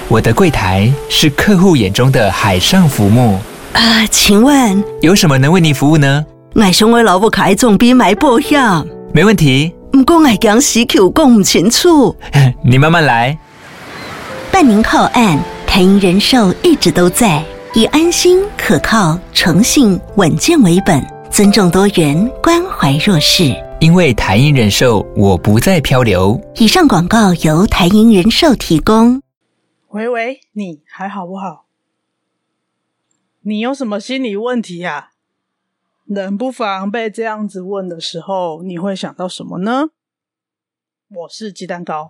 我的柜台是客户眼中的海上浮木。 请问有什么能为您服务呢？ 我想我老母开总比买保险。 没问题。 不过我讲时口讲不清楚。 你慢慢来。 办您靠岸，台银人寿一直都在，以安心、可靠、诚信、稳健为本，尊重多元，关怀弱势。 因为台银人寿，我不再漂流。 以上广告由台银人寿提供。 喂，你还好不好？你有什么心理问题啊？冷不防被这样子问的时候，你会想到什么呢？我是鸡蛋糕。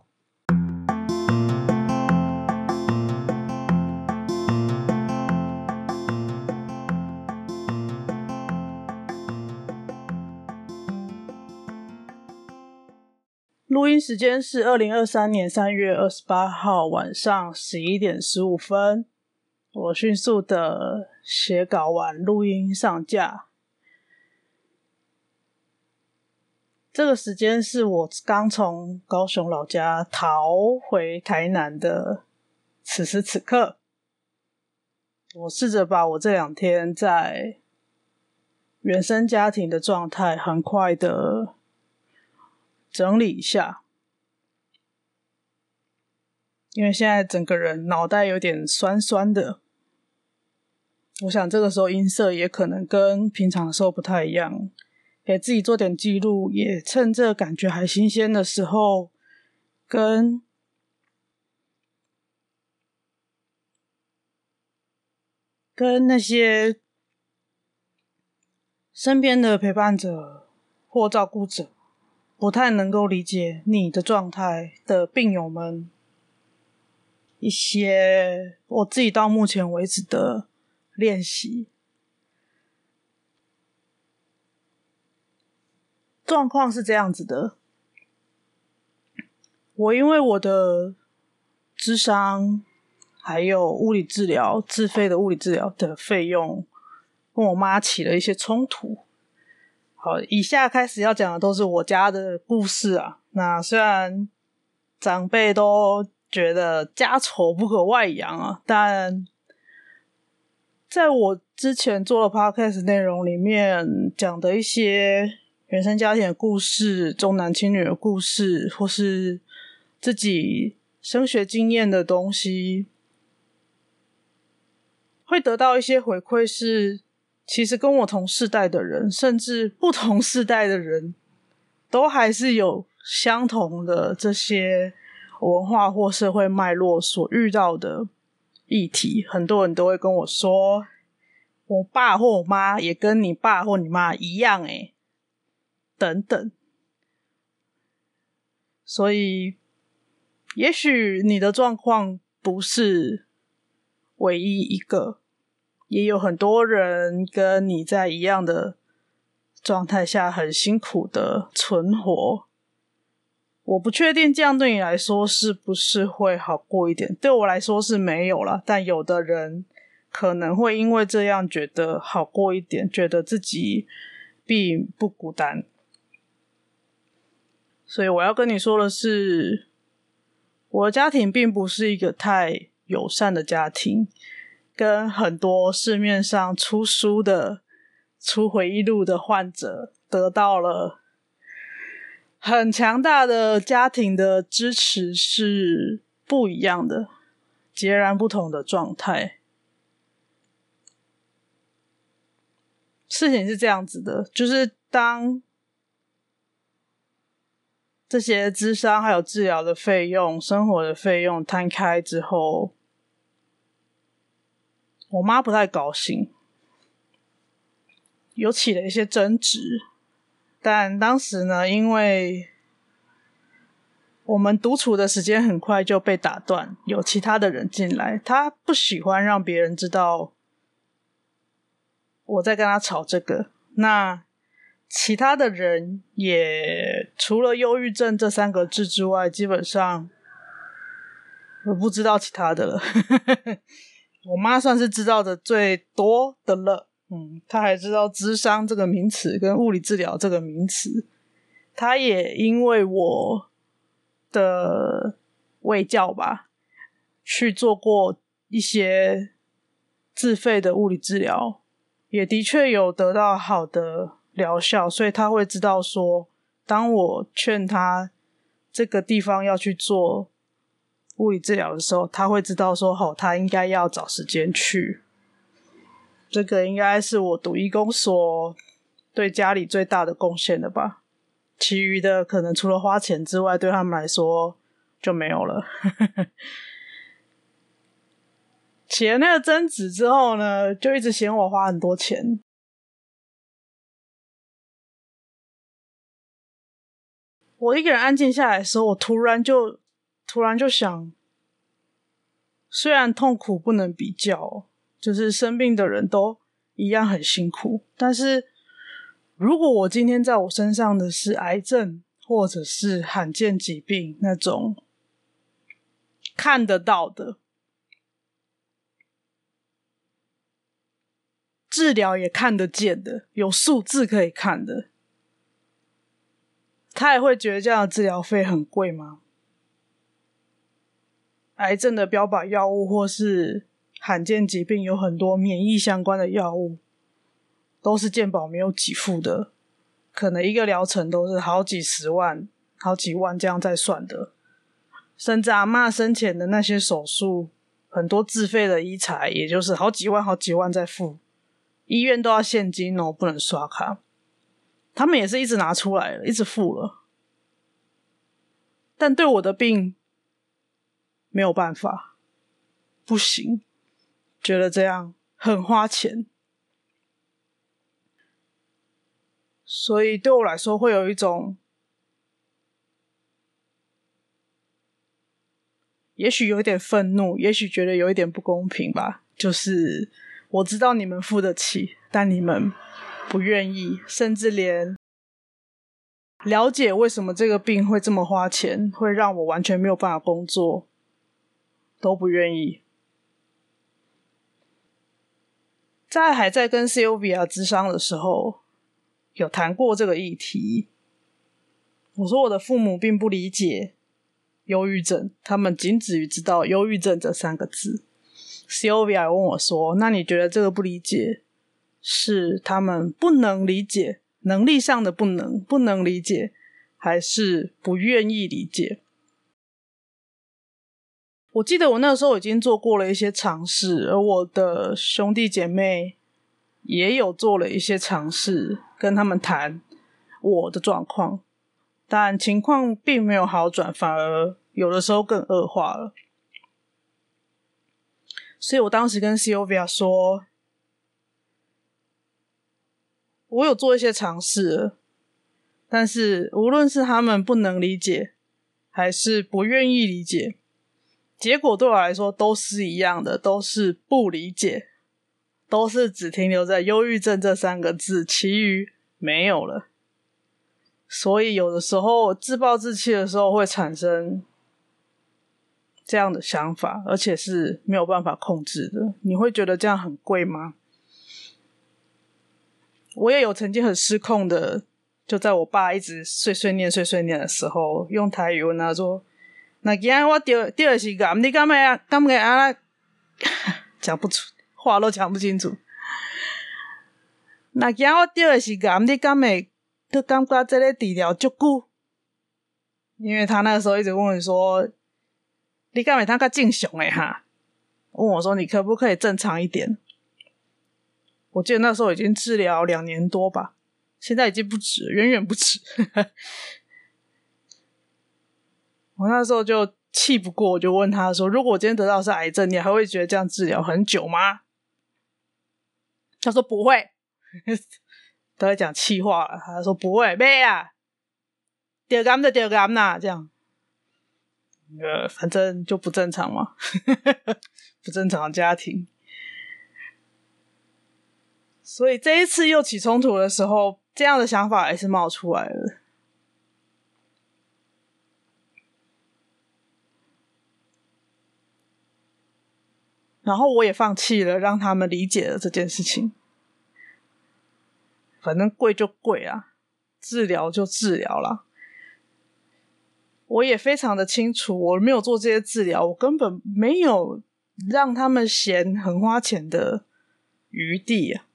录音时间是2023年3月28号晚上11点15分。我迅速的写稿完，录音上架。这个时间是我刚从高雄老家逃回台南的此时此刻。我试着把我这2天在原生家庭的状态很快的整理一下，因为现在整个人脑袋有点酸酸的，我想这个时候音色也可能跟平常的时候不太一样，给自己做点记录，也趁这感觉还新鲜的时候跟那些身边的陪伴者或照顾者不太能够理解你的状态的病友们，一些我自己到目前为止的练习。状况是这样子的，我因为我的諮商还有物理治疗，自费的物理治疗的费用跟我妈起了一些冲突。好，以下开始要讲的都是我家的故事啊。那虽然长辈都觉得家丑不可外扬啊，但在我之前做的 podcast 内容里面讲的一些原生家庭的故事、重男轻女的故事，或是自己升学经验的东西，会得到一些回馈是其实跟我同世代的人，甚至不同世代的人，都还是有相同的这些文化或社会脉络所遇到的议题。很多人都会跟我说，我爸或我妈也跟你爸或你妈一样欸，等等。所以也许你的状况不是唯一一个，也有很多人跟你在一样的状态下很辛苦的存活。我不确定这样对你来说是不是会好过一点，对我来说是没有啦，但有的人可能会因为这样觉得好过一点，觉得自己并不孤单。所以我要跟你说的是，我的家庭并不是一个太友善的家庭，跟很多市面上出书的、出回忆录的患者得到了很强大的家庭的支持是不一样的，截然不同的状态。事情是这样子的，就是当这些諮商还有治疗的费用、生活的费用摊开之后，我妈不太高兴，有起了一些争执。但当时呢，因为我们独处的时间很快就被打断，有其他的人进来，她不喜欢让别人知道我在跟她吵这个。那其他的人也除了忧郁症这3个字之外，基本上我不知道其他的了我妈算是知道的最多的了。她还知道諮商这个名词跟物理治疗这个名词。她也因为我的卫教吧， 去做过一些自费的物理治疗，也的确有得到好的疗效，所以他会知道说，当我劝他这个地方要去做物理治疗的时候，他会知道说他应该要找时间去。这个应该是我读医工所对家里最大的贡献了吧，其余的可能除了花钱之外，对他们来说就没有了。起了那个争执之后呢，就一直嫌我花很多钱。我一个人安静下来的时候，我突然就想，虽然痛苦不能比较，就是生病的人都一样很辛苦，但是如果我今天在我身上的是癌症或者是罕见疾病，那种看得到的，治疗也看得见的，有数字可以看的，他也会觉得这样的治疗费很贵吗？癌症的标靶药物或是罕见疾病有很多免疫相关的药物都是健保没有给付的，可能一个疗程都是好几十万好几万这样在算的，甚至阿嬷生前的那些手术很多自费的医材也就是好几万在付，医院都要现金哦，不能刷卡，他们也是一直拿出来了，一直付了，但对我的病没有办法，不行，觉得这样很花钱，所以对我来说会有一种也许有一点愤怒，也许觉得有一点不公平吧，就是我知道你们付得起，但你们不愿意，甚至连了解为什么这个病会这么花钱，会让我完全没有办法工作都不愿意。在还在跟 Sylvia 諮商的时候有谈过这个议题，我说我的父母并不理解忧郁症，他们仅止于知道忧郁症这3个字。 Sylvia 问我说，那你觉得这个不理解是他们不能理解，能力上的不能理解，还是不愿意理解？我记得我那个时候已经做过了一些尝试，而我的兄弟姐妹也有做了一些尝试，跟他们谈我的状况，但情况并没有好转，反而有的时候更恶化了。所以我当时跟 Sylvia 说，我有做一些尝试了，但是无论是他们不能理解还是不愿意理解，结果对我来说都是一样的，都是不理解，都是只停留在忧郁症这3个字，其余没有了。所以有的时候自暴自弃的时候会产生这样的想法，而且是没有办法控制的。你会觉得这样很贵吗？我也有曾经很失控的，就在我爸一直碎碎念的时候，用台语问他说，那今天我得的是癌，你敢不敢讲不出话都讲不清楚。那今天我得的是癌，你敢就感觉这个治疗很久？因为他那个时候一直问我说，你敢不敢较正常的哈？问我说你可不可以正常一点？我记得那时候已经治疗2年多吧，现在已经不止，远远不止。我那时候就气不过，我就问他说，如果我今天得到的是癌症，你还会觉得这样治疗很久吗？他说不会。都在讲气话了，他说不会，没啦，得癌就得癌啦，这样反正就不正常嘛。不正常的家庭。所以这一次又起冲突的时候，这样的想法还是冒出来了。然后我也放弃了让他们理解了这件事情，反正贵就贵啊，治疗就治疗啦。 我也非常的清楚，我没有做这些治疗，我根本没有让他们嫌很花钱的余地啊，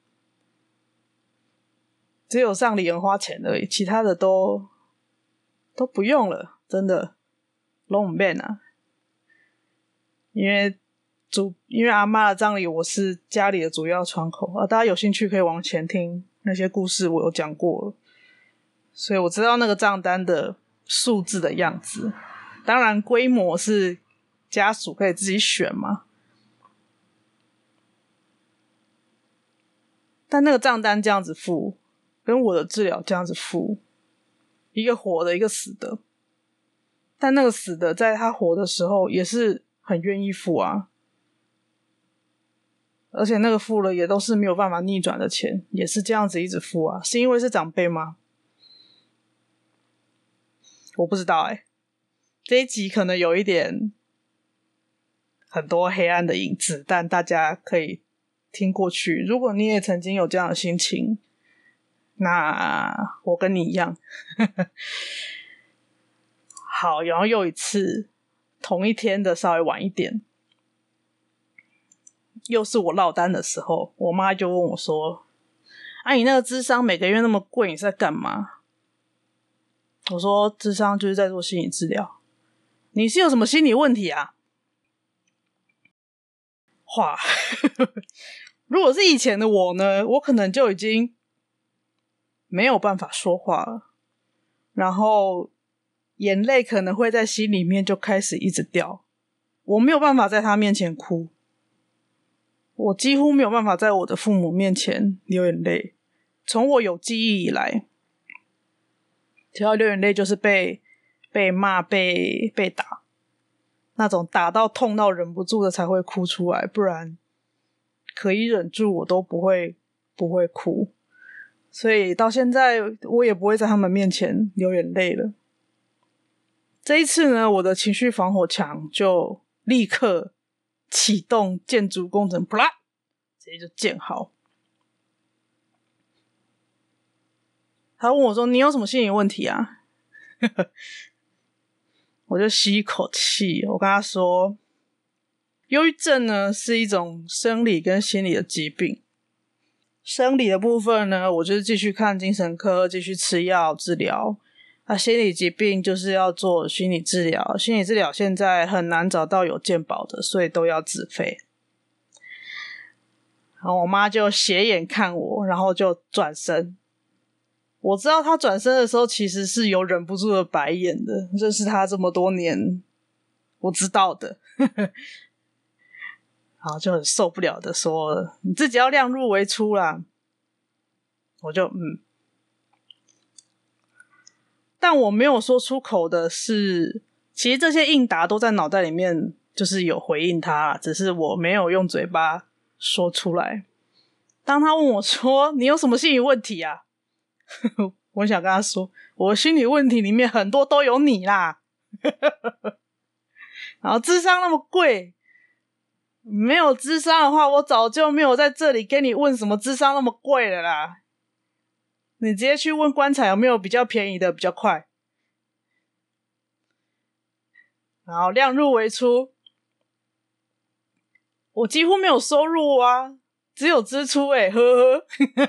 只有上礼很花钱而已，其他的都不用了，真的都不免啊。因为阿嬷的葬礼我是家里的主要窗口啊，大家有兴趣可以往前听那些故事，我有讲过了，所以我知道那个账单的数字的样子。当然规模是家属可以自己选嘛，但那个账单这样子付跟我的治疗这样子付，一个活的一个死的，但那个死的在他活的时候也是很愿意付啊，而且那个付了也都是没有办法逆转的钱，也是这样子一直付啊。是因为是长辈吗？我不知道这一集可能有一点很多黑暗的影子，但大家可以听过去。如果你也曾经有这样的心情，那我跟你一样好，然后又一次同一天的稍微晚一点，又是我落单的时候，我妈就问我说，你那个諮商每个月那么贵，你是在干嘛？我说諮商就是在做心理治疗。你是有什么心理问题啊？哇如果是以前的我呢，我可能就已经没有办法说话了，然后眼泪可能会在心里面就开始一直掉，我没有办法在他面前哭，我几乎没有办法在我的父母面前流眼泪。从我有记忆以来，只要流眼泪就是被骂被打，那种打到痛到忍不住的才会哭出来，不然可以忍住我都不会哭。所以到现在我也不会在他们面前流眼泪了。这一次呢，我的情绪防火墙就立刻启动建筑工程，啪啦直接就建好。他问我说，你有什么心理问题啊？我就吸一口气，我跟他说，忧郁症呢是一种生理跟心理的疾病。生理的部分呢，我就是继续看精神科，继续吃药治疗。心理疾病就是要做心理治疗，心理治疗现在很难找到有健保的，所以都要自费。然后我妈就斜眼看我，然后就转身。我知道她转身的时候其实是有忍不住的白眼的，这是她这么多年我知道的然后就很受不了的说，你自己要量入为出啦。我就但我没有说出口的是，其实这些应答都在脑袋里面就是有回应他，只是我没有用嘴巴说出来。当他问我说，你有什么心理问题啊？我想跟他说，我的心理问题里面很多都有你啦然后諮商那么贵，没有諮商的话，我早就没有在这里跟你问什么諮商那么贵了啦。你直接去问棺材有没有比较便宜的比较快。然后量入为出，我几乎没有收入啊，只有支出呵呵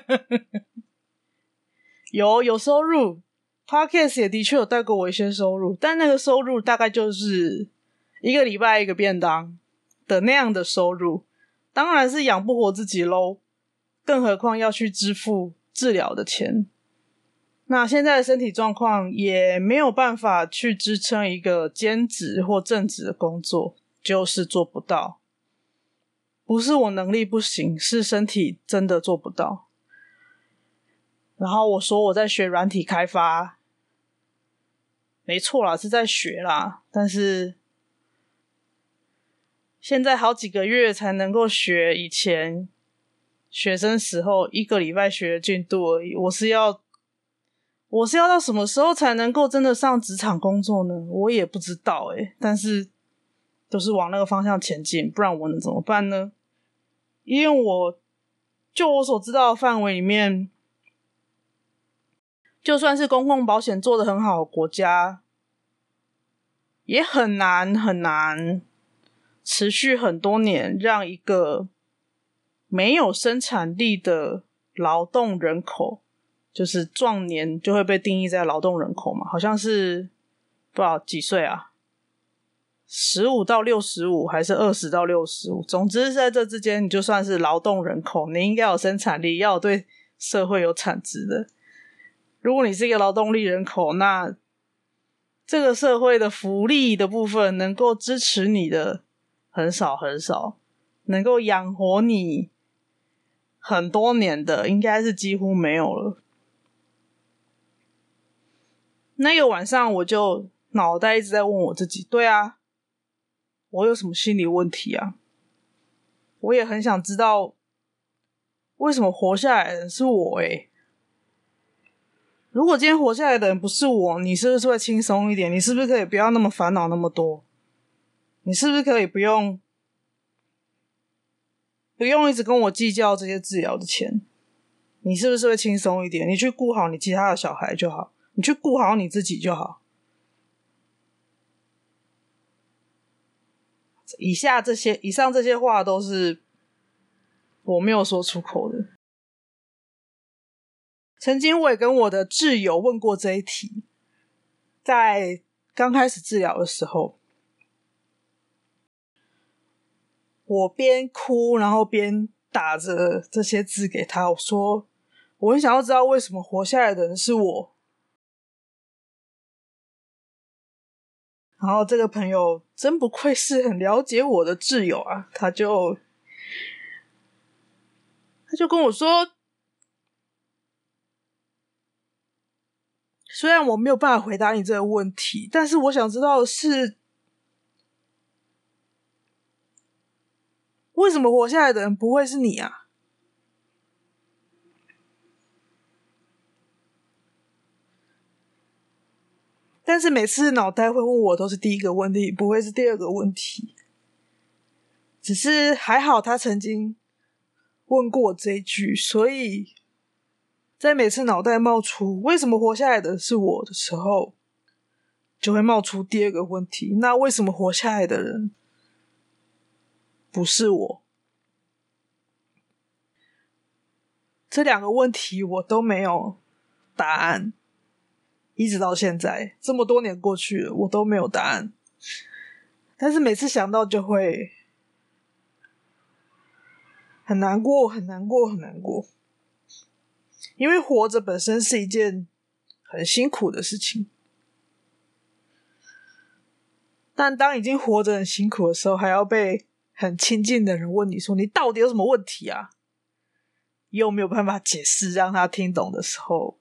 有收入， Podcast 也的确有带给我一些收入，但那个收入大概就是一个礼拜一个便当的那样的收入，当然是养不活自己咯，更何况要去支付治疗的钱。那现在的身体状况也没有办法去支撑一个兼职或正职的工作，就是做不到。不是我能力不行，是身体真的做不到。然后我说我在学软体开发，没错啦，是在学啦，但是现在好几个月才能够学以前学生时候一个礼拜学的进度而已。我是要到什么时候才能够真的上职场工作呢？我也不知道但是都是往那个方向前进，不然我能怎么办呢？因为就我所知道的范围里面，就算是公共保险做得很好的国家， 也很难持续很多年让一个没有生产力的劳动人口，就是壮年就会被定义在劳动人口嘛，好像是不知道几岁啊，15到65还是20到65，总之是在这之间，你就算是劳动人口，你应该有生产力，要有对社会有产值的。如果你是一个劳动力人口，那这个社会的福利的部分能够支持你的很少，能够养活你很多年的应该是几乎没有了。那个晚上我就脑袋一直在问我自己，对啊，我有什么心理问题啊？我也很想知道为什么活下来的人是我如果今天活下来的人不是我，你是不是会轻松一点？你是不是可以不要那么烦恼那么多？你是不是可以不用一直跟我计较这些治疗的钱？你是不是会轻松一点？你去顾好你其他的小孩就好，你去顾好你自己就好。以上这些话都是我没有说出口的。曾经我也跟我的挚友问过这一题，在刚开始治疗的时候，我边哭然后边打着这些字给他，我说我很想要知道为什么活下来的人是我。然后这个朋友真不愧是很了解我的挚友啊，他就跟我说，虽然我没有办法回答你这个问题，但是我想知道的是，为什么活下来的人不会是你啊？但是每次脑袋会问我都是第一个问题，不会是第二个问题。只是还好他曾经问过我这一句，所以在每次脑袋冒出为什么活下来的是我的时候，就会冒出第二个问题，那为什么活下来的人不是我？这两个问题我都没有答案，一直到现在这么多年过去了，我都没有答案。但是每次想到就会很难过，因为活着本身是一件很辛苦的事情，但当已经活着很辛苦的时候，还要被很亲近的人问你说你到底有什么问题啊，又没有办法解释让他听懂的时候，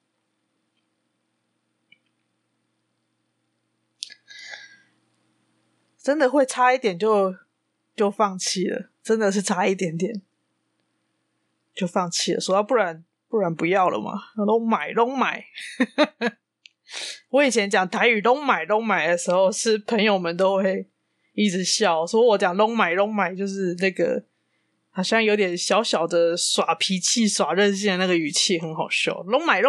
真的会差一点就放弃了，真的是差一点点就放弃了，说不然不要了嘛，拢买我以前讲台语拢买的时候，是朋友们都会一直笑，说我讲拢买就是那个好像有点小小的耍脾气耍任性的那个语气，很好笑，拢买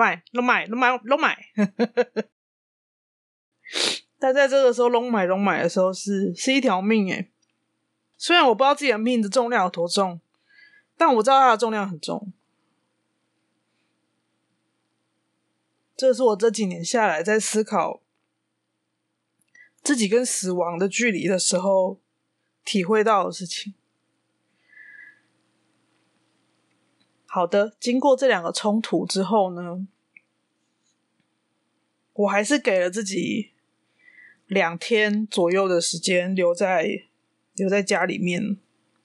但在这个时候拢买的时候是一条命耶。虽然我不知道自己的命的重量有多重，但我知道它的重量很重。这是我这几年下来在思考自己跟死亡的距离的时候体会到的事情。好的，经过这两个冲突之后呢，我还是给了自己2天左右的时间留在家里面。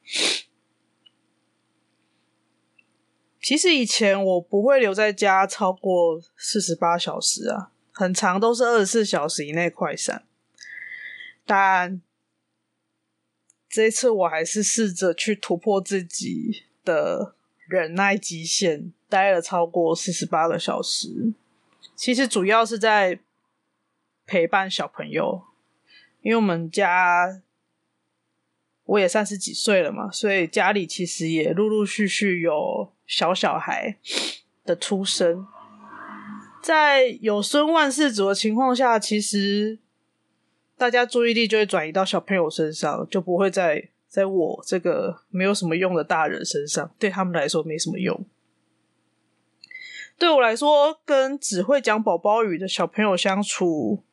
其实以前我不会留在家超过48小时啊，很长都是24小时以内快闪。但这一次我还是试着去突破自己的忍耐极限，待了超过48个小时。其实主要是在陪伴小朋友，因为我们家我也30几岁了嘛，所以家里其实也陆陆续续有小孩的出生。在有孙万事足的情况下，其实大家注意力就会转移到小朋友身上，就不会在我这个没有什么用的大人身上，对他们来说没什么用。对我来说，跟只会讲宝宝语的小朋友相处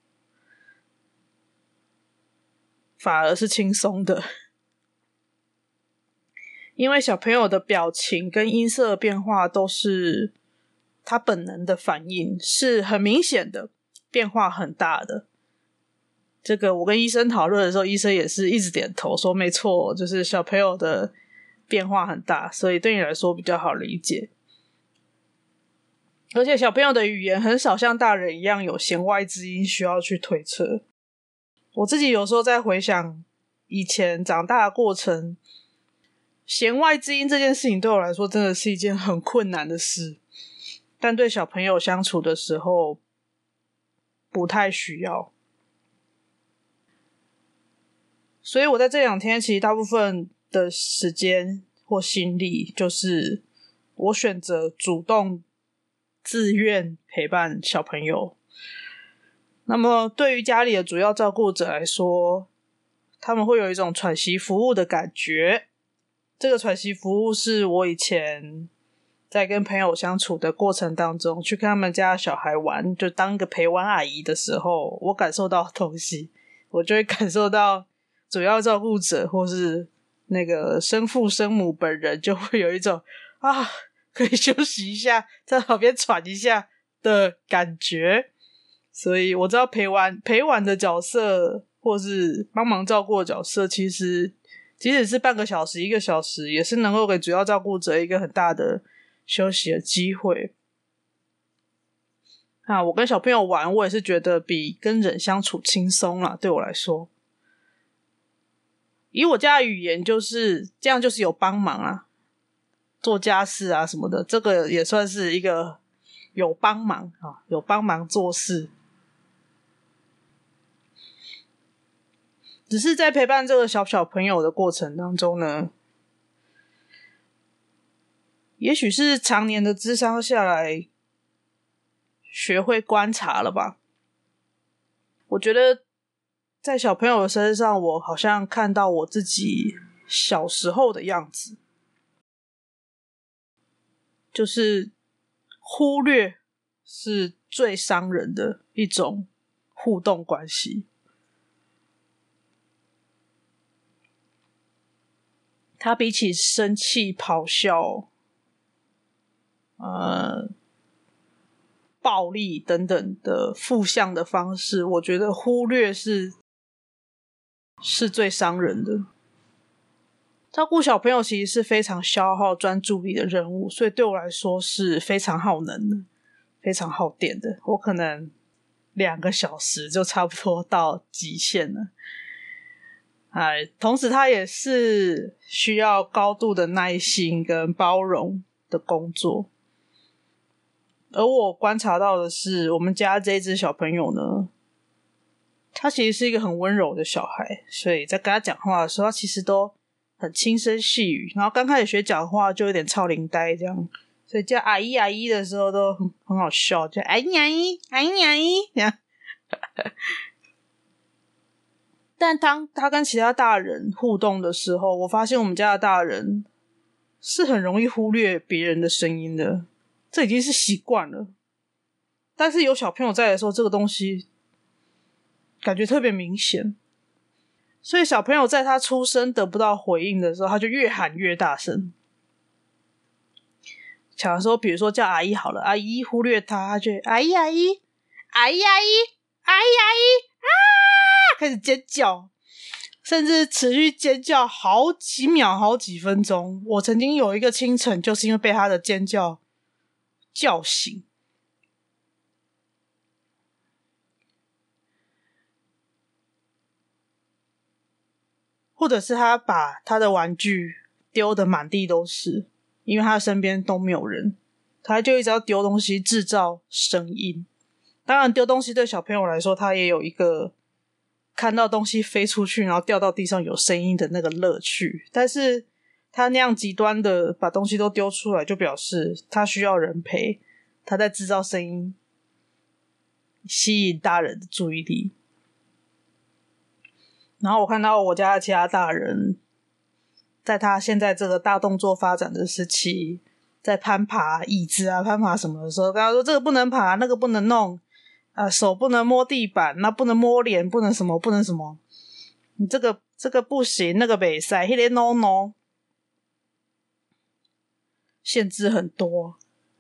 反而是轻松的，因为小朋友的表情跟音色的变化都是他本能的反应，是很明显的，变化很大的。这个我跟医生讨论的时候，医生也是一直点头说没错，就是小朋友的变化很大，所以对你来说比较好理解。而且小朋友的语言很少像大人一样有弦外之音需要去推测。我自己有时候在回想以前长大的过程，弦外之音这件事情对我来说真的是一件很困难的事，但对小朋友相处的时候不太需要。所以我在这2天其实大部分的时间或心力就是我选择主动自愿陪伴小朋友。那么对于家里的主要照顾者来说，他们会有一种喘息服务的感觉。这个喘息服务是我以前在跟朋友相处的过程当中，去跟他们家小孩玩，就当一个陪玩阿姨的时候，我感受到的东西，我就会感受到主要照顾者或是那个生父生母本人就会有一种可以休息一下，在旁边喘一下的感觉。所以我知道陪玩的角色或是帮忙照顾的角色，其实即使是半个小时1个小时，也是能够给主要照顾者一个很大的休息的机会。我跟小朋友玩，我也是觉得比跟人相处轻松啦，对我来说。以我家的语言就是这样，就是有帮忙啊，做家事啊什么的，这个也算是一个有帮忙有帮忙做事。只是在陪伴这个小朋友的过程当中呢，也许是常年的諮商下来学会观察了吧。我觉得在小朋友的身上，我好像看到我自己小时候的样子，就是忽略是最伤人的一种互动关系。它比起生气、咆哮、暴力等等的负向的方式，我觉得忽略是最伤人的。照顾小朋友其实是非常消耗专注力的任务，所以对我来说是非常耗能的，非常耗电的。我可能2个小时就差不多到极限了。同时它也是需要高度的耐心跟包容的工作。而我观察到的是，我们家这只小朋友呢，他其实是一个很温柔的小孩，所以在跟他讲话的时候，他其实都很轻声细语，然后刚开始学讲话就有点超龄呆这样，所以叫阿姨阿姨的时候都很好笑，就阿姨阿姨阿姨阿姨这样。但当他跟其他大人互动的时候，我发现我们家的大人是很容易忽略别人的声音的，这已经是习惯了。但是有小朋友在的时候，这个东西感觉特别明显。所以小朋友在他出声得不到回应的时候，他就越喊越大声。假如说比如说叫阿姨好了，阿姨忽略他就阿姨阿姨阿姨阿姨阿姨阿姨开始尖叫，甚至持续尖叫好几秒好几分钟。我曾经有一个清晨就是因为被他的尖叫叫醒。或者是他把他的玩具丢得满地都是，因为他身边都没有人，他就一直要丢东西制造声音。当然丢东西对小朋友来说，他也有一个看到东西飞出去然后掉到地上有声音的那个乐趣，但是他那样极端的把东西都丢出来，就表示他需要人陪，他在制造声音吸引大人的注意力。 然后我看到我家的其他大人在他现在这个大动作发展的时期，在攀爬椅子啊攀爬什么的时候，跟他说这个不能爬，那个不能弄手不能摸地板，那不能摸脸，不能什么不能什么，你这个不行，那个不可以，那个 no no， 限制很多。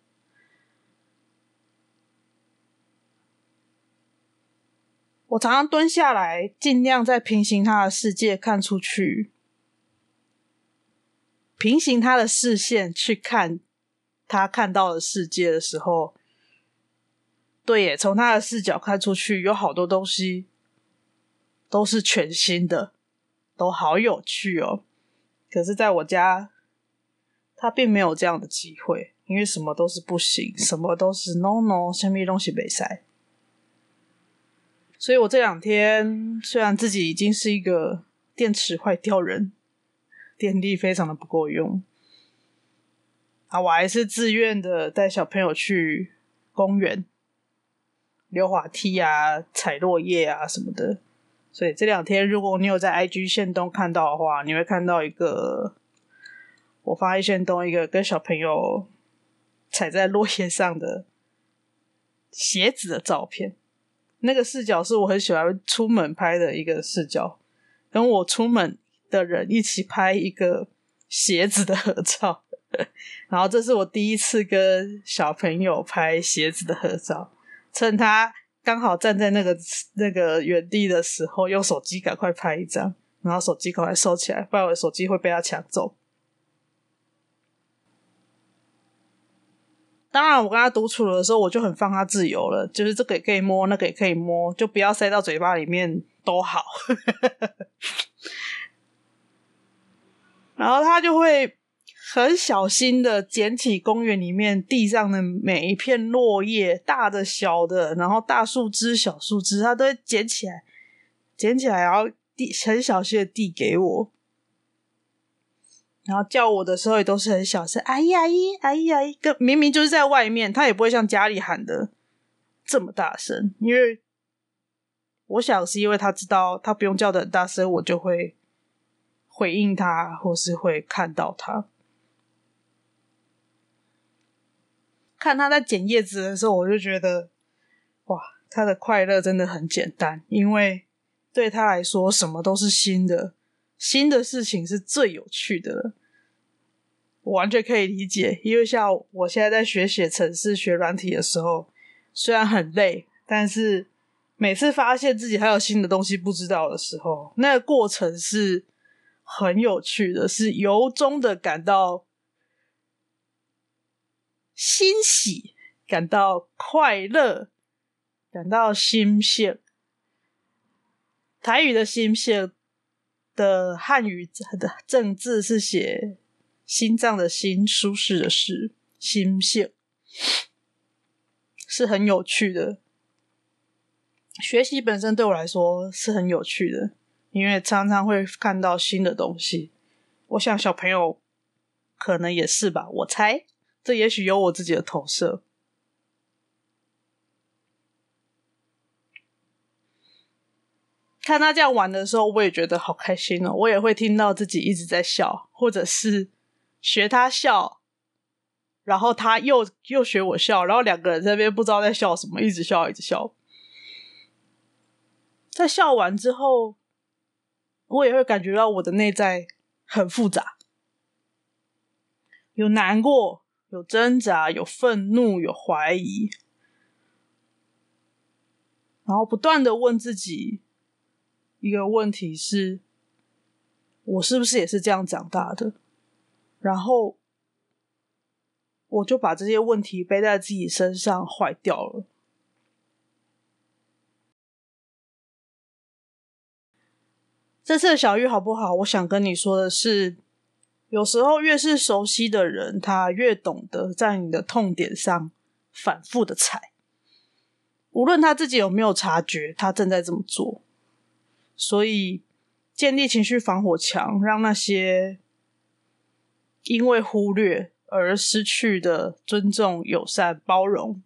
我常常蹲下来，尽量在平行他的世界看出去，平行他的视线去看他看到的世界的时候，对耶，从他的视角看出去，有好多东西都是全新的，都好有趣哦。可是在我家，他并没有这样的机会，因为什么都是不行，什么都是 no no， 什么东西不可以。所以我这2天虽然自己已经是一个电池坏掉人，电力非常的不够用，我还是自愿的带小朋友去公园溜滑梯啊，踩落叶啊什么的。所以这2天如果你有在 IG 限动看到的话，你会看到一个我发一限动一个跟小朋友踩在落叶上的鞋子的照片。那个视角是我很喜欢出门拍的一个视角，跟我出门的人一起拍一个鞋子的合照然后这是我第一次跟小朋友拍鞋子的合照，趁他刚好站在那个原地的时候，用手机赶快拍一张，然后手机赶快收起来，不然我的手机会被他抢走。当然我跟他独处的时候，我就很放他自由了，就是这个也可以摸，那个也可以摸，就不要塞到嘴巴里面都好然后他就会很小心的捡起公园里面地上的每一片落叶，大的小的，然后大树枝小树枝，他都会捡起来，然后很小心的递给我，然后叫我的时候也都是很小声，阿姨阿姨阿姨阿姨，明明就是在外面，他也不会像家里喊的这么大声，因为我想是因为他知道他不用叫的很大声，我就会回应他，或是会看到他。看他在捡叶子的时候，我就觉得哇，他的快乐真的很简单，因为对他来说什么都是新的，新的事情是最有趣的了。我完全可以理解，因为像我现在在写程式学软体的时候，虽然很累，但是每次发现自己还有新的东西不知道的时候，那个过程是很有趣的，是由衷的感到欣喜，感到快乐，感到新鲜。台语的新鲜的汉语的正字是写心脏的心，舒适的适，新鲜是很有趣的。学习本身对我来说是很有趣的，因为常常会看到新的东西。我想小朋友可能也是吧，我猜这也许有我自己的投射。看他这样玩的时候，我也觉得好开心哦。我也会听到自己一直在笑，或者是学他笑，然后他又学我笑，然后2个人在那边不知道在笑什么，一直笑一直笑。在笑完之后，我也会感觉到我的内在很复杂，有难过，有挣扎，有愤怒，有怀疑，然后不断的问自己一个问题是，我是不是也是这样长大的？然后我就把这些问题背在自己身上坏掉了。这次的小玉好不好？我想跟你说的是，有时候越是熟悉的人，他越懂得在你的痛点上反复的踩，无论他自己有没有察觉他正在这么做。所以建立情绪防火墙，让那些因为忽略而失去的尊重、友善、包容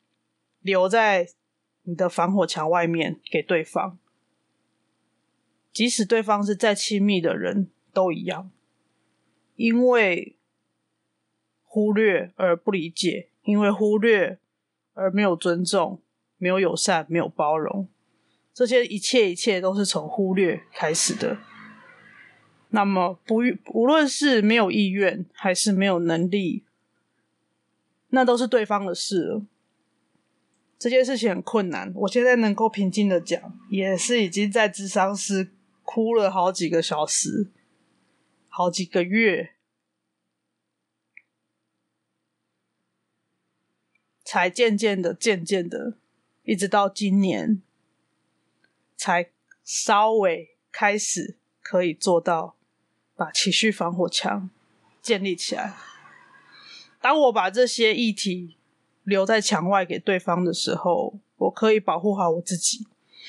留在你的防火墙外面给对方。 即使对方是再亲密的人都一样，因为忽略而不理解，因为忽略而没有尊重，没有友善，没有包容，这些一切都是从忽略开始的。那么无论是没有意愿还是没有能力，那都是对方的事了。这件事情很困难，我现在能够平静的讲，也是已经在咨商室哭了好几个小时，好几个月，才渐渐的一直到今年才稍微开始可以做到把情绪防火墙建立起来。当我把这些议题留在墙外给对方的时候，我可以保护好我自己，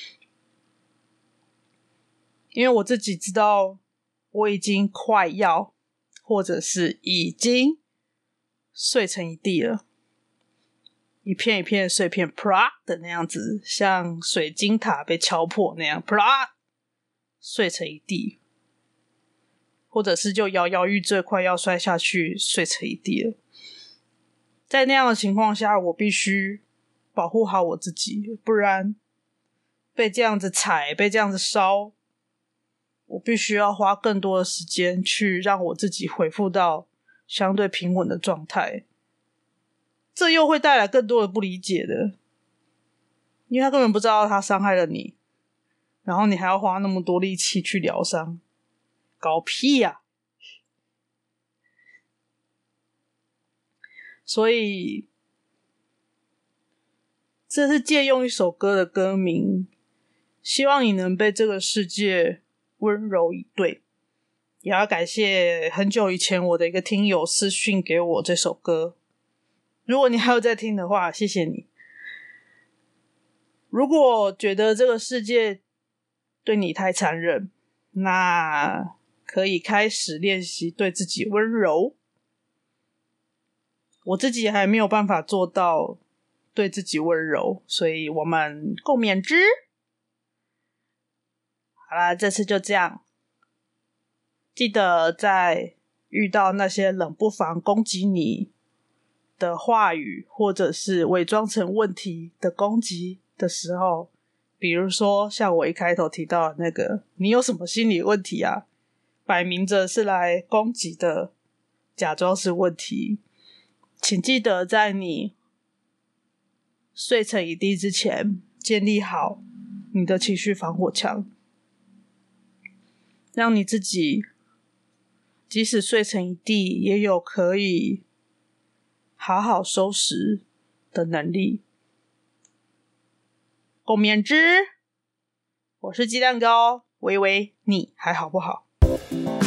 因为我自己知道我已经快要或者是已经碎成一地了，一片一片的碎片啪的那样子，像水晶塔被敲破那样啪碎成一地，或者是就摇摇欲坠快要摔下去碎成一地了。在那样的情况下，我必须保护好我自己，不然被这样子踩，被这样子烧，我必须要花更多的时间去让我自己恢复到相对平稳的状态。这又会带来更多的不理解的，因为他根本不知道他伤害了你，然后你还要花那么多力气去疗伤，搞屁啊！所以这是借用一首歌的歌名，希望你能被这个世界温柔以对。也要感谢很久以前我的一个听友私讯给我这首歌，如果你还有在听的话，谢谢你。如果觉得这个世界对你太残忍，那可以开始练习对自己温柔。我自己还没有办法做到对自己温柔，所以我们共勉之。好啦，这次就这样。记得在遇到那些冷不防攻击你的话语，或者是伪装成问题的攻击的时候，比如说像我一开头提到的那个，你有什么心理问题啊？摆明着是来攻击的，假装是问题。请记得在你碎成一地之前，建立好你的情绪防火墙，让你自己即使碎成一地，也有可以好好收拾的能力。共勉之，我是鸡蛋糕，喂喂，你还好不好？